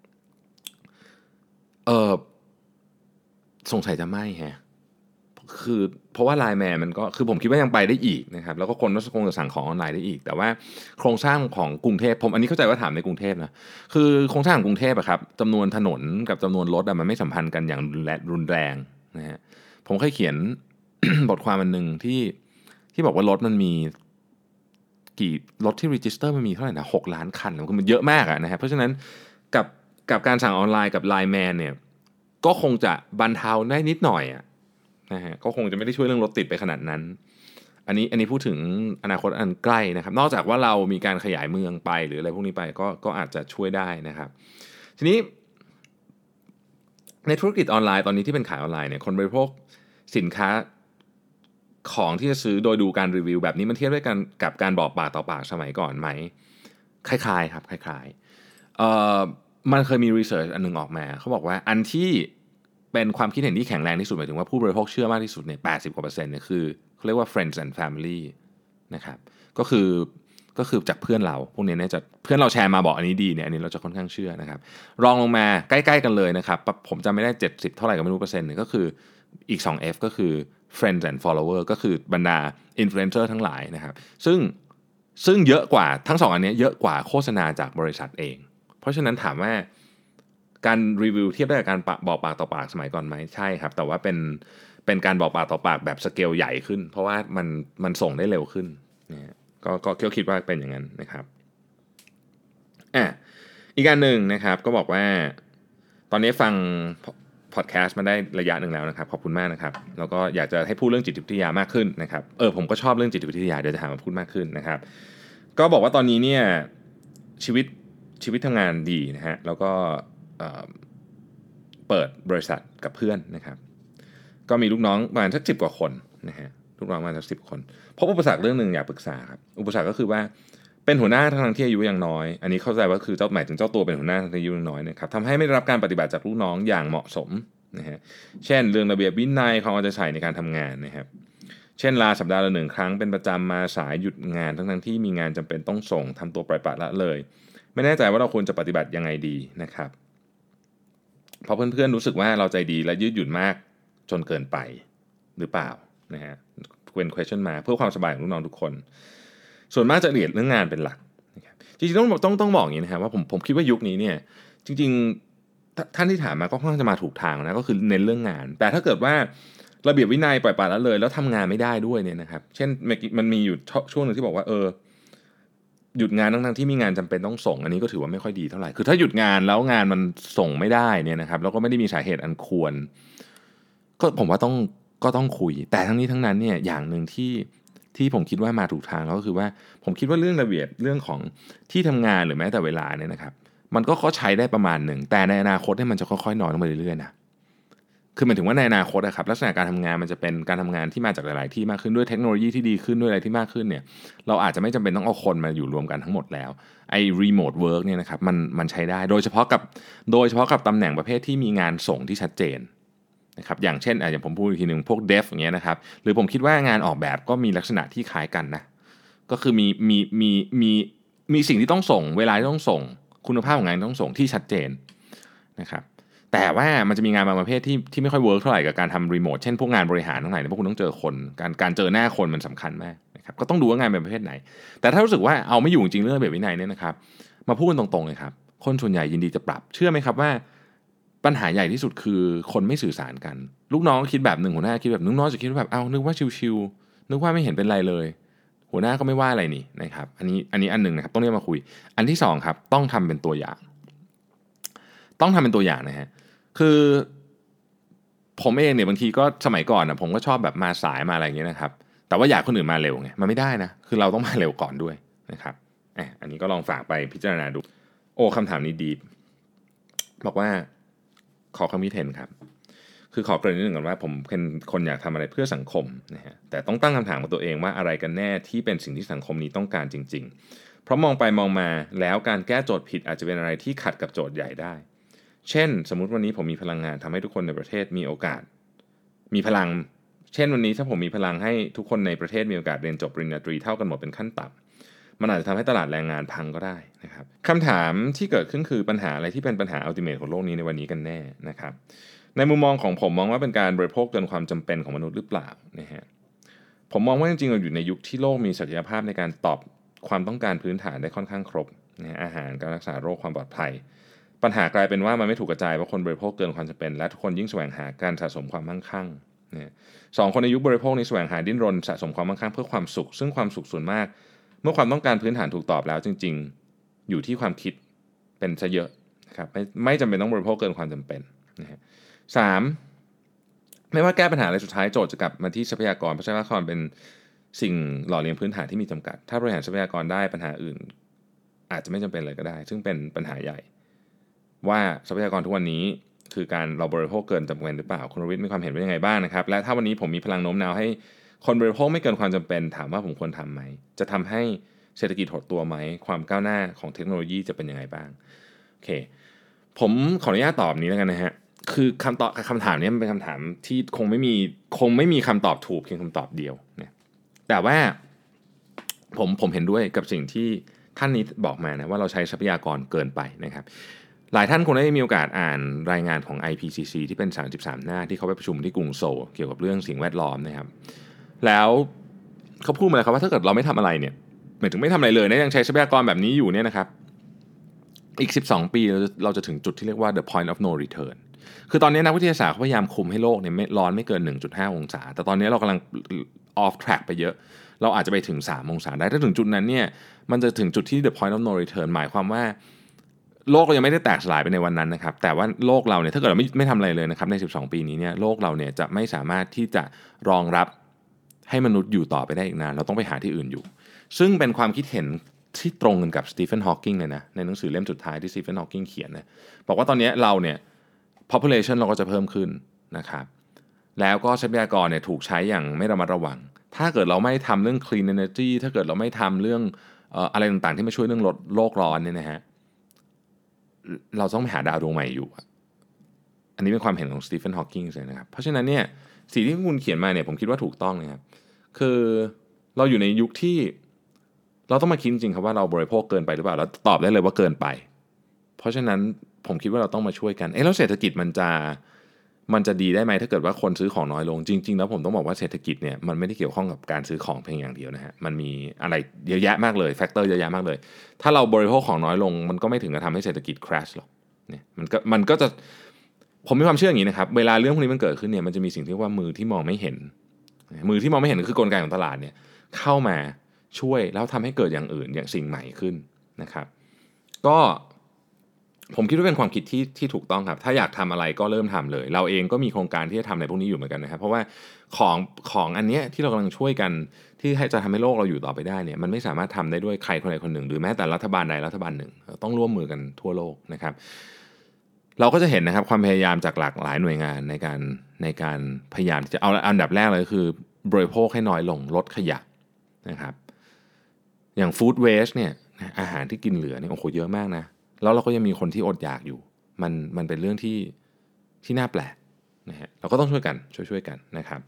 Speaker 1: สงสัยจะไม่ฮะคือเพราะว่าไลน์แมนมันก็คือผมคิดว่ายังไปได้อีกนะครับแล้วก็คนก็คงจะสั่งของออนไลน์ได้อีกแต่ว่าโครงสร้างของกรุงเทพผมอันนี้เข้าใจว่าถามในกรุงเทพนะคือโครงสร้างของกรุงเทพอะครับจำนวนถนนกับจำนวนรถมันไม่สัมพันธ์กันอย่างรุนแรงนะฮะผมเคยเขียน บทความอันหนึ่งที่บอกว่ารถมันมีรถที่รีจิสเตอร์มันมีเท่าไหร่นะ6 ล้านคันคือมันเยอะมากอะนะฮะเพราะฉะนั้นกับการสั่งออนไลน์กับไลน์แมนเนี่ยก็คงจะบรรเทาได้นิดหน่อยอะนะฮะก็คงจะไม่ได้ช่วยเรื่องรถติดไปขนาดนั้นอันนี้พูดถึงอนาคตอันใกล้นะครับนอกจากว่าเรามีการขยายเมืองไปหรืออะไรพวกนี้ไปก็อาจจะช่วยได้นะครับทีนี้ในธุรกิจออนไลน์ตอนนี้ที่เป็นขายออนไลน์เนี่ยคนบริโภคสินค้าของที่จะซื้อโดยดูการรีวิวแบบนี้มันเทียบด้วยกันกับการบอกปากต่อปากสมัยก่อนไหมคล้ายๆครับคล้ายๆมันเคยมีรีเสิร์ชอันนึงออกมาเขาบอกว่าอันที่เป็นความคิดเห็นที่แข็งแรงที่สุดหมายถึงว่าผู้บริโภคเชื่อมากที่สุดเนี่ย80%กว่าเนี่ยคือเขาเรียกว่า friends and family นะครับก็คือจากเพื่อนเราพวกนี้เนี่ยจะเพื่อนเราแชร์มาบอกอันนี้ดีเนี่ยอันนี้เราจะค่อนข้างเชื่อนะครับรองลงมาใกล้ๆกันเลยนะครับผมจำไม่ได้70เท่าไหร่ก็ไม่รู้เปอร์เซ็นต์นึงก็คืออีก 2F ก็คือ friends and follower ก็คือบรรดา influencer ทั้งหลายนะครับซึ่งเยอะกว่าทั้ง2อันนี้เยอะกว่าโฆษณาจากบริษัทเองเพราะฉะนั้นถามว่าการรีวิวเทียบได้กับการบอกปากต่อปากสมัยก่อนไหมใช่ครับแต่ว่าเป็นการบอกปากต่อปากแบบสเกลใหญ่ขึ้นเพราะว่ามันส่งได้เร็วขึ้นนะก็คิดว่าเป็นอย่างนั้นนะครับอีกอันหนึ่งนะครับก็บอกว่าตอนนี้ฟังพอดแคสต์มาได้ระยะหนึ่งแล้วนะครับขอบคุณมากนะครับแล้วก็อยากจะให้พูดเรื่องจิตวิทยามากขึ้นนะครับผมก็ชอบเรื่องจิตวิทยาเดี๋ยวจะหามาพูดมากขึ้นนะครับก็บอกว่าตอนนี้เนี่ยชีวิตทำงานดีนะฮะแล้วก็เปิดบริษัทกับเพื่อนนะครับก็มีลูกน้องประมาณสัก10 กว่าคนนะฮะลูกน้องประมาณสัก10 คนพบอุปสรรคเรื่องนึงอยากปรึกษาครับอุปสรรคก็คือว่าเป็นหัวหน้าทั้งที่อายุยังน้อยอันนี้เข้าใจว่าคือหมายถึงเจ้าตัวเป็นหัวหน้าทั้งที่อายุยังน้อยนะครับทำให้ไม่ได้รับการปฏิบัติจากลูกน้องอย่างเหมาะสมนะฮะเช่นเรื่องระเบียบวินัยความเอาใจใส่ในการทำงานนะครับเช่นลาสัปดาห์ละ1 ครั้งเป็นประจำมาสายหยุดงานทั้งที่มีงานจำเป็นต้องส่งทำตัวปล่อยปละละเลยไม่แน่ใจว่าเราควรจะปฏิบัติยังไงดีนะครับเพราะเพื่อนๆรู้สึกว่าเราใจดีและยืดหยุ่นมากจนเกินไปหรือเปล่านะฮะเป็น question มาเพื่อความสบายของลูกน้องทุกคนส่วนมากจะเรียนเรื่องงานเป็นหลักนะครับจริงๆต้องบอกอย่างนี้นะครับว่าผมคิดว่ายุคนี้เนี่ยจริงๆท่านที่ถามมาก็ค่อนข้างจะมาถูกทางนะก็คือเน้นเรื่องงานแต่ถ้าเกิดว่าระเบียบวินัยปล่อยปละละเลยแล้วทำงานไม่ได้ด้วยเนี่ยนะครับเช่นมันมีอยู่ช่วงนึงที่บอกว่าหยุดงานทั้งที่มีงานจำเป็นต้องส่งอันนี้ก็ถือว่าไม่ค่อยดีเท่าไหร่คือถ้าหยุดงานแล้วงานมันส่งไม่ได้เนี่ยนะครับแล้วก็ไม่ได้มีสาเหตุอันควรก็ผมว่าต้องคุยแต่ทั้งนี้ทั้งนั้นเนี่ยอย่างนึงที่ผมคิดว่ามาถูกทางแล้วก็คือว่าผมคิดว่าเรื่องระเบียบเรื่องของที่ทำงานหรือแม้แต่เวลาเนี่ยนะครับมันก็ใช้ได้ประมาณหนึ่งแต่ในอนาคตเนี่ยมันจะค่อยๆน้อยลงไปเรื่อยๆนะคือหมายถึงว่าในอนาคตนะครับลักษณะการทำงานมันจะเป็นการทำงานที่มาจากหลายๆที่มากขึ้นด้วยเทคโนโลยีที่ดีขึ้นด้วยอะไรที่มากขึ้นเนี่ยเราอาจจะไม่จำเป็นต้องเอาคนมาอยู่รวมกันทั้งหมดแล้วไอ้รีโมทเวิร์กเนี่ยนะครับมันใช้ได้โดยเฉพาะกับตำแหน่งประเภทที่มีงานส่งที่ชัดเจนนะครับอย่างเช่นอย่างผมพูดอีกทีนึงพวก dev อย่างเงี้ยนะครับหรือผมคิดว่างานออกแบบก็มีลักษณะที่คล้ายกันนะก็คือมีสิ่งที่ต้องส่งเวลาที่ต้องส่งคุณภาพของงานที่ต้องส่งที่ชัดเจนนะครับแต่ว่ามันจะมีงานบางประเภทที่ไม่ค่อยเวิร์กเท่าไหร่กับการทำรีโมทเช่นพวกงานบริหารทั้งหลายเนี่ยพวกคุณต้องเจอคนการเจอหน้าคนมันสำคัญมากนะครับก็ต้องดูว่างานเป็นประเภทไหนแต่ถ้ารู้สึกว่าเอาไม่อยู่จริงๆเรื่องระเบียบวินัยเนี่ยนะครับมาพูดกันตรงๆเลยครับคนส่วนใหญ่ยินดีจะปรับเชื่อไหมครับว่าปัญหาใหญ่ที่สุดคือคนไม่สื่อสารกันลูกน้องคิดแบบหนึ่งหัวหน้าคิดแบบนึกน้องจะคิดแบบนึกว่าชิวๆนึกว่าไม่เห็นเป็นไรเลยหัวหน้าก็ไม่ว่าอะไรนี่นะครับอันนี้อันหนึ่งนะครับต้องเรียกมาคุยอันที่สองครับต้องทำเป็นตัวอย่างนะฮะคือผมเองเนี่ยบางทีก็สมัยก่อนนะผมก็ชอบแบบมาสายมาอะไรอย่างเงี้ยนะครับแต่ว่าอยากคนอื่นมาเร็วไงมันไม่ได้นะคือเราต้องมาเร็วก่อนด้วยนะครับอันนี้ก็ลองฝากไปพิจารณาดูโอ้คำถามนี้ดีบอกว่าขอความคิดเห็นครับคือขอเกริ่นนิดหนึ่งก่อนว่าผมเป็นคนอยากทำอะไรเพื่อสังคมนะฮะแต่ต้องตั้งคำถามกับตัวเองว่าอะไรกันแน่ที่เป็นสิ่งที่สังคมนี้ต้องการจริงๆเพราะมองไปมองมาแล้วการแก้โจทย์ผิดอาจจะเป็นอะไรที่ขัดกับโจทย์ใหญ่ได้เช่นสมมุติวันนี้ผมมีพลังงานทำให้ทุกคนในประเทศมีโอกาสมีพลังเช่นวันนี้ถ้าผมมีพลังให้ทุกคนในประเทศมีโอกาสเรียนจบปริญญาตรีเท่ากันหมดเป็นขั้นต่ำมันอาจจะทำให้ตลาดแรงงานพังก็ได้นะครับคำถามที่เกิดขึ้นคือปัญหาอะไรที่เป็นปัญหาอัลติเมทของโลกนี้ในวันนี้กันแน่นะครับในมุมมองของผมมองว่าเป็นการบริโภคเกินความจำเป็นของมนุษย์หรือเปล่านะฮะผมมองว่าจริงๆเราอยู่ในยุคที่โลกมีศักยภาพในการตอบความต้องการพื้นฐานได้ค่อนข้างครบนะอาหารการรักษาโรคความปลอดภัยปัญหากลายเป็นว่ามันไม่ถูกกระจายเพราะคนบริโภคเกินความจำเป็นและทุกคนยิ่งแสวงหาการสะสมความมั่งคั่งนะสองคนในยุคบริโภคนี้แสวงหาดิ้นรนสะสมความมั่งคั่งเพื่อความสุขซึ่งความสุขส่วนมากเมื่อความต้องการพื้นฐานถูกตอบแล้วจริงๆอยู่ที่ความคิดเป็นซะเยอะนะครับไม่จำเป็นต้องบริโภคเกินความจำเป็นนะฮะสามไม่ว่าแก้ปัญหาอะไรสุดท้ายโจทย์จะกลับมาที่ทรัพยากรเพราะทรัพยากรเป็นสิ่งหล่อเลี้ยงพื้นฐานที่มีจำกัดถ้าบริหารทรัพยากรได้ปัญหาอื่นอาจจะไม่จำเป็นเลยก็ได้ซึ่งเป็นปัญหาใหญ่ว่าทรัพยากรทุกวันนี้คือการเราบริโภคเกินจำเป็นหรือเปล่าคุณรวิทย์มีความเห็นว่ายังไงบ้างนะครับและถ้าวันนี้ผมมีพลังโน้มน้าวให้คนบริโภคไม่เกินความจำเป็นถามว่าผมควรทำไหมจะทำให้เศรษฐกิจหดตัวไหมความก้าวหน้าของเทคโนโลยีจะเป็นยังไงบ้างโอเคผมขออนุญาตตอบนี้แล้วกันนะฮะคือคำถามนี้มันเป็นคำถามที่คงไม่มีคำตอบถูกเพียงคำตอบเดียวนะแต่ว่าผมเห็นด้วยกับสิ่งที่ท่านนี้บอกมานะว่าเราใช้ทรัพยากรเกินไปนะครับหลายท่านคงได้มีโอกาสอ่านรายงานของ IPCC ที่เป็น33หน้าที่เขาไปประชุมที่กรุงโซลเกี่ยวกับเรื่องสิ่งแวดล้อมนะครับแล้วเขาพูดมาเลยครับว่าถ้าเกิดเราไม่ทำอะไรเนี่ยหมายถึงไม่ทำอะไรเลยนะยังใช้ทรัพยากรแบบนี้อยู่เนี่ยนะครับอีก12ปีเราจะถึงจุดที่เรียกว่า the point of no return คือตอนนี้นักวิทยาศาสตร์เขาพยายามคุมให้โลกเนี่ยไม่ร้อนไม่เกิน 1.5 องศาแต่ตอนนี้เรากำลัง off track ไปเยอะเราอาจจะไปถึง3องศาได้ถ้าถึงจุดนั้นเนี่ยมันจะถึงจุดที่ the point of no return หมายความว่าโลกเรายังไม่ได้แตกสลายไปในวันนั้นนะครับแต่ว่าโลกเราเนี่ยถ้าเกิดเราไม่ทำอะไรเลยนะครับใน12ปีนี้เนี่ยโลกเราเนี่ยจะไม่สามารถที่จะรองรับให้มนุษย์อยู่ต่อไปได้อีกนานเราต้องไปหาที่อื่นอยู่ซึ่งเป็นความคิดเห็นที่ตรงกันกับสตีเฟนฮอว์กิงเลยนะในหนังสือเล่มสุดท้ายที่สตีเฟนฮอว์กิงเขียนนะบอกว่าตอนนี้เราเนี่ย population เราก็จะเพิ่มขึ้นนะครับแล้วก็ทรัพยากรเนี่ยถูกใช้อย่างไม่ระมัดระวังถ้าเกิดเราไม่ทำเรื่อง clean energy ถ้าเกิดเราไม่ทำเรื่องอะไรต่างๆที่มาช่วยเรื่องลดโลกร้อนเนี่ยนะฮะเราต้องไปหาดาวดวงใหม่อยู่อันนี้เป็นความเห็นของสตีเฟนฮอว์กิงเลยนะครับเพราะฉะนั้นเนี่ยสิ่งที่คุณเขียนมาเนี่ยผมคิดว่าถูกต้องนะครับคือเราอยู่ในยุคที่เราต้องมาคิดจริงครับว่าเราบริโภคเกินไปหรือเปล่าแล้วตอบได้เลยว่าเกินไปเพราะฉะนั้นผมคิดว่าเราต้องมาช่วยกันแล้วเศรษฐกิจมันจะดีได้ไหมถ้าเกิดว่าคนซื้อของน้อยลงจริงๆแล้วผมต้องบอกว่าเศรษฐกิจเนี่ยมันไม่ได้เกี่ยวข้องกับการซื้อของเพียงอย่างเดียวนะฮะมันมีอะไรเยอะแยะมากเลยแฟกเตอร์เยอะแยะมากเลยถ้าเราบริโภคของน้อยลงมันก็ไม่ถึงกับทำให้เศรษฐกิจ crash หรอกเนี่ยมันก็จะผมมีความเชื่ออย่างนี้นะครับเวลาเรื่องพวกนี้มันเกิดขึ้นเนี่ยมันจะมีสิ่งที่ว่ามือที่มองไม่เห็นคือกลไกของตลาดเนี่ยเข้ามาช่วยแล้วทำให้เกิดอย่างอื่นอย่างสิ่งใหม่ขึ้นนะครับก็ผมคิดว่าเป็นความคิดที่ถูกต้องครับถ้าอยากทำอะไรก็เริ่มทำเลยเราเองก็มีโครงการที่จะทำในพวกนี้อยู่เหมือนกันนะครับเพราะว่าของอันเนี้ยที่เรากำลังช่วยกันที่จะทำให้โลกเราอยู่ต่อไปได้เนี่ยมันไม่สามารถทำได้ด้วยใครคนใดคนหนึ่งหรือแม้แต่รัฐบาลใดรัฐบาลหนึ่งต้องร่วมมือกันทั่วโลกนะครับเราก็จะเห็นนะครับความพยายามจากหลากหลายหน่วยงานในการพยายามที่จะเอาอันดับแรกเลยคือบริโภคให้น้อยลงลดขยะนะครับอย่างฟู้ดเวสต์เนี่ยอาหารที่กินเหลือเนี่ยโอ้โหเยอะมากนะแล้วเราก็ยังมีคนที่อดอยากอยู่มันเป็นเรื่องที่น่าแปลกนะฮะเราก็ต้องช่วยกันช่วยกันนะครับ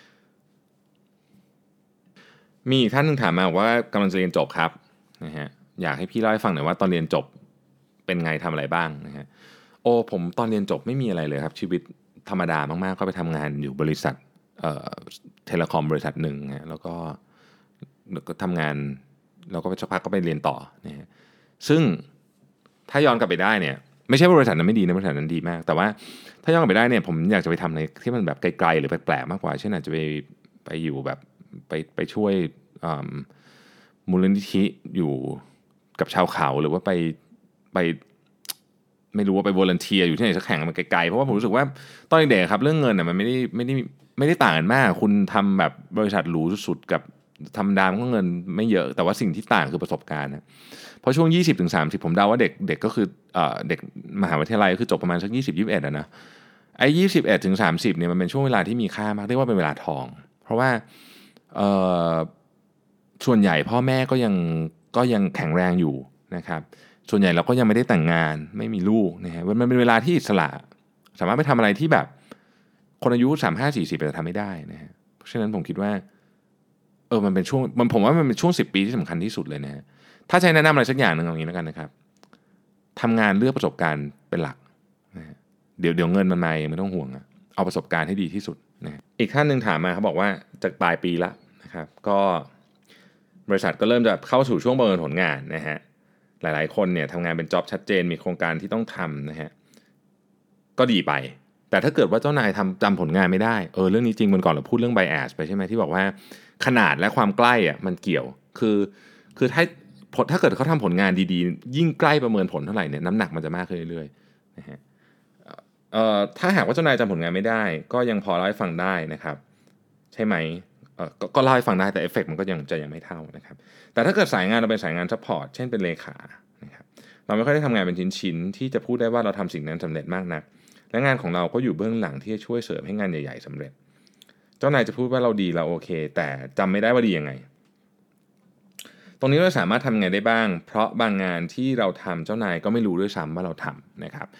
Speaker 1: มีอีกท่านนึงถามมาบอกว่ากำลังจะเรียนจบครับนะฮะอยากให้พี่เล่าให้ฟังหน่อยว่าตอนเรียนจบเป็นไงทำอะไรบ้างนะฮะผมตอนเรียนจบไม่มีอะไรเลยครับชีวิตธรรมดามากๆก็ไปทำงานอยู่บริษัทเทเลคอมบริษัทหนึ่งฮะแล้วก็ทำงานแล้วก็สักพักก็ไปเรียนต่อนะฮะซึ่งถ้าย้อนกลับไปได้เนี่ยไม่ใช่ว่าบริษัทนั้นไม่ดีนะบริษัทนั้นดีมากแต่ว่าถ้าย้อนกลับไปได้เนี่ยผมอยากจะไปทำในที่มันแบบไกลๆหรือแปลกๆมากกว่าเช่นอาจจะไปอยู่แบบไปช่วยมูลนิธิอยู่กับชาวเขาหรือว่าไปไม่รู้ว่าไปวอลันเทียอยู่ที่ไหนสักแห่งมันไกลๆเพราะว่าผมรู้สึกว่าตอนเด็กๆครับเรื่องเงินน่ะมันไม่ได้ต่างกันมากคุณทำแบบบริษัทหรูสุดๆกับธรรมดามันก็เงินไม่เยอะแต่ว่าสิ่งที่ต่างคือประสบการณ์นะเพราะช่วง20-30ผมเดาว่าเด็กก็คือเด็กมหาวิทยาลัยก็คือจบประมาณสัก20-21อะนะไอ้21-30เนี่ยมันเป็นช่วงเวลาที่มีค่ามากเรียกว่าเป็นเวลาทองเพราะว่าเอ่อส่วนใหญ่พ่อแม่ก็ยังแข็งแรงอยู่นะครับส่วนใหญ่เราก็ยังไม่ได้แต่งงานไม่มีลูกนะฮะมันเป็นเวลาที่อิสระสามารถไปทำอะไรที่แบบคนอายุ35-40จะทำไม่ได้นะฮะเพราะฉะนั้นผมคิดว่ามันเป็นช่วงผมว่ามันเป็นช่วง10 ปีที่สำคัญที่สุดเลยนะฮะถ้าใช้แนะนำอะไรสักอย่างหนึ่งอย่างนี้แล้วกันนะครับทำงานเลือกประสบการณ์เป็นหลักนะฮะเดี๋ยวเงินมันมาไม่ต้องห่วงเอาประสบการณ์ให้ดีที่สุดนะอีกท่านหนึ่งถามมาเขาบอกว่าจากปลายปีละนะครับก็บริษัทก็เริ่มจะเข้าสู่ช่วงประเมินผลงานนะฮะหลายๆคนเนี่ยทำงานเป็นจ็อบชัดเจนมีโครงการที่ต้องทำนะฮะก็ดีไปแต่ถ้าเกิดว่าเจ้านายจำผลงานไม่ได้เรื่องนี้จริงวันก่อนเราพูดเรื่อง bias ไปใช่ไหมที่บอกว่าขนาดและความใกล้มันเกี่ยวคือถ้าเกิดเขาทำผลงานดีๆยิ่งใกล้ประเมินผลเท่าไหร่เนี่ยน้ำหนักมันจะมากขึ้นเรื่อยๆนะฮะถ้าหากว่าเจ้านายจำผลงานไม่ได้ก็ยังพอเล่าให้ฟังได้นะครับใช่ไหมก็เล่าให้ฟังได้แต่เอฟเฟกต์มันก็ยังไม่เท่านะครับแต่ถ้าเกิดสายงานเราเป็นสายงานซัพพอร์ตเช่นเป็นเลขานะครับเราไม่ค่อยได้ทำงานเป็นชิ้นๆที่จะพูดได้ว่าเราทำสิ่งนั้นสำเร็จมากนักและงานของเราก็อยู่เบื้องหลังที่จะช่วยเสริมให้งานใหญ่ๆสำเร็จเจ้านายจะพูดว่าเราดีเราโอเค แต่จำไม่ได้ว่าดียังไงตรงนี้เราสามารถทำไงได้บ้างเพราะบางงานที่เราทำเจ้านายก็ไม่รู้ด้วยซ้ำว่าเราทำนะครับ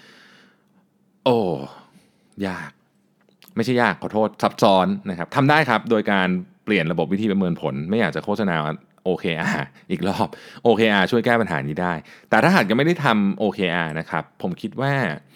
Speaker 1: ยากไม่ใช่ยากขอโทษซับซ้อนนะครับทำได้ครับโดยการเปลี่ยนระบบวิธีประเมินผลไม่อยากจะโฆษณา OKR อีกรอบ OKR ช่วยแก้ปัญหานี้ได้แต่ถ้าหากยังไม่ได้ทำ OKR นะครับผมคิดว่า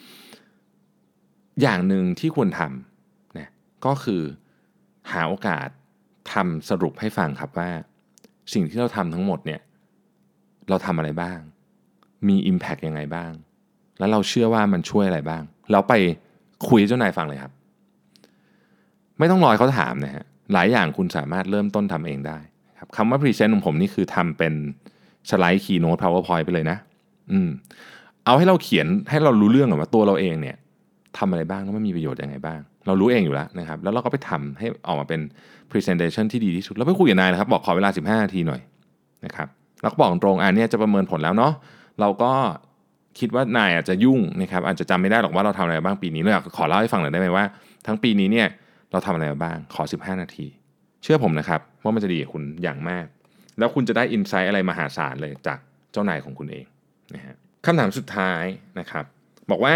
Speaker 1: อย่างหนึ่งที่ควรทำนะก็คือหาโอกาสทำสรุปให้ฟังครับว่าสิ่งที่เราทำทั้งหมดเนี่ยเราทำอะไรบ้างมี impact ยังไงบ้างแล้วเราเชื่อว่ามันช่วยอะไรบ้างแล้วไปคุยให้เจ้านายฟังเลยครับไม่ต้องรอให้เขาถามนะฮะหลายอย่างคุณสามารถเริ่มต้นทำเองได้ครับคำว่า present ของผมนี่คือทำเป็นสไลด์ keynote powerpoint ไปเลยนะเอาให้เราเขียนให้เรารู้เรื่องก่อนว่าตัวเราเองเนี่ยทำอะไรบ้างแล้วมันมีประโยชน์ยังไงบ้างเรารู้เองอยู่แล้วนะครับแล้วเราก็ไปทำให้ออกมาเป็น presentation ที่ดีที่สุดแล้วไปคุยกับนายนะครับบอกขอเวลา15 นาทีหน่อยนะครับแล้วก็บอกตรงเนี่ยจะประเมินผลแล้วเนาะเราก็คิดว่านายอาจจะยุ่งนะครับอาจจะจำไม่ได้หรอกว่าเราทำอะไรบ้างปีนี้เราอยากขอเล่าให้ฟังหน่อยได้ไหมว่าทั้งปีนี้เนี่ยเราทำอะไรมาบ้างขอ15 นาทีเชื่อผมนะครับว่ามันจะดีกับคุณอย่างมากแล้วคุณจะได้อินไซต์อะไรมหาศาลเลยจากเจ้านายของคุณเองนะฮะคำถามสุดท้ายนะครับบอกว่า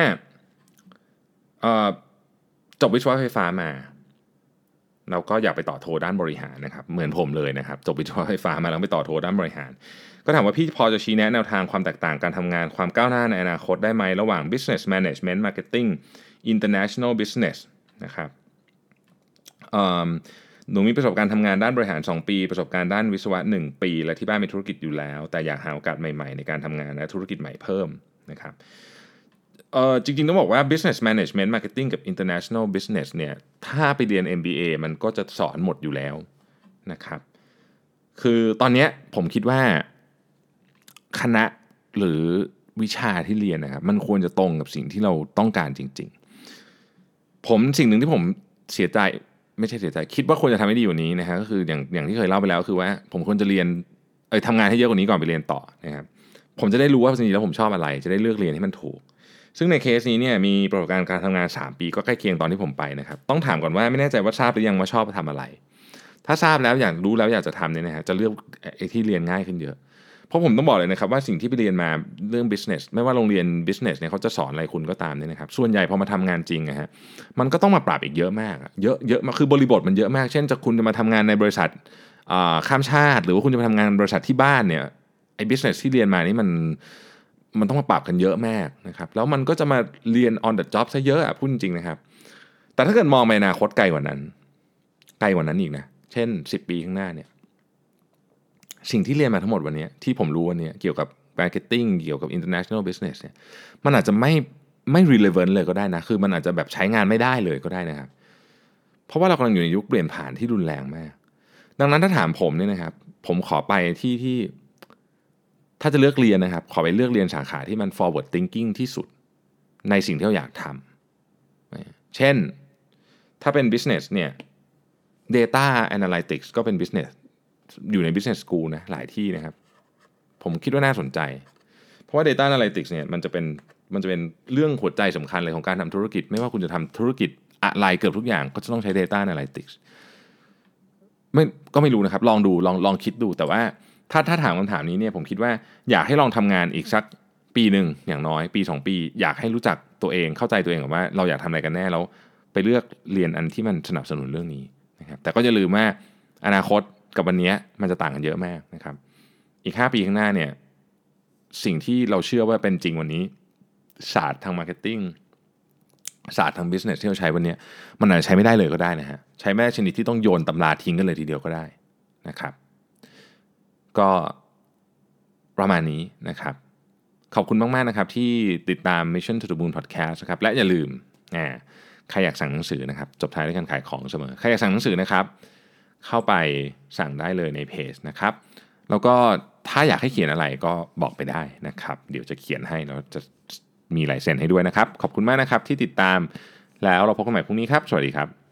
Speaker 1: จบวิศวะไฟฟ้ามาเราก็อยากไปต่อโทด้านบริหารนะครับเหมือนผมเลยนะครับจบวิศวะไฟฟ้ามาแล้วไปต่อโทด้านบริหารก็ถามว่าพี่พอจะชี้แนะแนวทางความแตกต่างการทำงานความก้าวหน้าในอนาคตได้ไหมระหว่าง business management marketing international business นะครับหนูมีประสบการณ์ทำงานด้านบริหาร2 ปีประสบการณ์ด้านวิศวะ1 ปีและที่บ้านมีธุรกิจอยู่แล้วแต่อยากหาโอกาสใหม่ๆในการทำงานและธุรกิจใหม่เพิ่มนะครับจริงๆต้องบอกว่า business management marketing กับ international business เนี่ยถ้าไปเรียน MBA มันก็จะสอนหมดอยู่แล้วนะครับคือตอนนี้ผมคิดว่าคณะหรือวิชาที่เรียนนะครับมันควรจะตรงกับสิ่งที่เราต้องการจริงๆสิ่งหนึ่งที่ผมเสียใจไม่ใช่เสียใจคิดว่าควรจะทำให้ดีกว่านี้นะฮะก็คืออย่างที่เคยเล่าไปแล้วคือว่าผมควรจะเรียนทำงานให้เยอะกว่านี้ก่อนไปเรียนต่อนะครับผมจะได้รู้ว่าจริงๆแล้วผมชอบอะไรจะได้เลือกเรียนให้มันถูกซึ่งในเคสนี้เนี่ยมีประสบการณ์การทำงาน3 ปีก็ใกล้เคียงตอนที่ผมไปนะครับต้องถามก่อนว่าไม่แน่ใจว่าทราบหรือยังว่าชอบทำอะไรถ้าทราบแล้วอยากรู้แล้วอยากจะทำเนี่ยนะฮะจะเลือกไอ้ที่เรียนง่ายขึ้นเยอะเพราะผมต้องบอกเลยนะครับว่าสิ่งที่ไปเรียนมาเรื่อง business ไม่ว่าโรงเรียน business เนี่ยเขาจะสอนอะไรคุณก็ตามเนี่ยนะครับส่วนใหญ่พอมาทำงานจริงอะฮะมันก็ต้องมาปรับอีกเยอะมากเยอะมากคือบริบทมันเยอะมากเช่นจะคุณจะมาทำงานในบริษัทข้ามชาติหรือว่าคุณจะมาทำงานบริษัทที่บ้านเนี่ยไอ้ business ที่เรียนมานี่มันต้องมาปรับกันเยอะมากนะครับแล้วมันก็จะมาเรียน on the job ซะเยอะพูดจริงๆนะครับแต่ถ้าเกิดมองไปอนาคตไกลกว่านั้นอีกนะเช่น10 ปีข้างหน้าเนี่ยสิ่งที่เรียนมาทั้งหมดวันนี้ที่ผมรู้วันนี้เกี่ยวกับ marketing เกี่ยวกับ international business เนี่ยมันอาจจะไม่ relevant เลยก็ได้นะคือมันอาจจะแบบใช้งานไม่ได้เลยก็ได้นะครับเพราะว่าเรากำลังอยู่ในยุคเปลี่ยนผ่านที่รุนแรงมากดังนั้นถ้าถามผมเนี่ยนะครับผมขอไปที่ถ้าจะเลือกเรียนนะครับขอไปเลือกเรียนสาขาที่มัน forward thinking ที่สุดในสิ่งที่เราอยากทำเช่นถ้าเป็น business เนี่ย data analytics ก็เป็น business อยู่ใน business school นะหลายที่นะครับผมคิดว่าน่าสนใจเพราะว่า data analytics เนี่ยมันจะเป็นเรื่องหัวใจสำคัญเลยของการทำธุรกิจไม่ว่าคุณจะทำธุรกิจอะไรเกือบทุกอย่างก็จะต้องใช้ data analytics ก็ไม่รู้นะครับลองดูลองคิดดูแต่ว่าถ้าถามคำถามนี้เนี่ยผมคิดว่าอยากให้ลองทำงานอีกสักปีหนึ่งอย่างน้อยปี2 ปีอยากให้รู้จักตัวเองเข้าใจตัวเองว่าเราอยากทำอะไรกันแน่แล้วไปเลือกเรียนอันที่มันสนับสนุนเรื่องนี้นะครับแต่ก็อย่าลืมว่าอนาคตกับวันนี้มันจะต่างกันเยอะมากนะครับอีก5 ปีข้างหน้าเนี่ยสิ่งที่เราเชื่อว่าเป็นจริงวันนี้ศาสตร์ทางมาร์เก็ตติ้งศาสตร์ทาง business ที่เราใช้วันนี้มันอาจจะใช้ไม่ได้เลยก็ได้นะฮะใช้ไม่ได้ชนิดที่ต้องโยนตำราทิ้งกันเลยทีเดียวก็ได้นะครับก็ประมาณนี้นะครับขอบคุณมากๆนะครับที่ติดตาม Mission to the Moon Podcast นะครับและอย่าลืมใครอยากสั่งหนังสือนะครับจบท้ายด้วยการขายของเสมอใครอยากสั่งหนังสือนะครับเข้าไปสั่งได้เลยในเพจนะครับแล้วก็ถ้าอยากให้เขียนอะไรก็บอกไปได้นะครับเดี๋ยวจะเขียนให้แล้วจะมีลายเซ็นให้ด้วยนะครับขอบคุณมากนะครับที่ติดตามแล้วเราพบกันใหม่พรุ่งนี้ครับสวัสดีครับ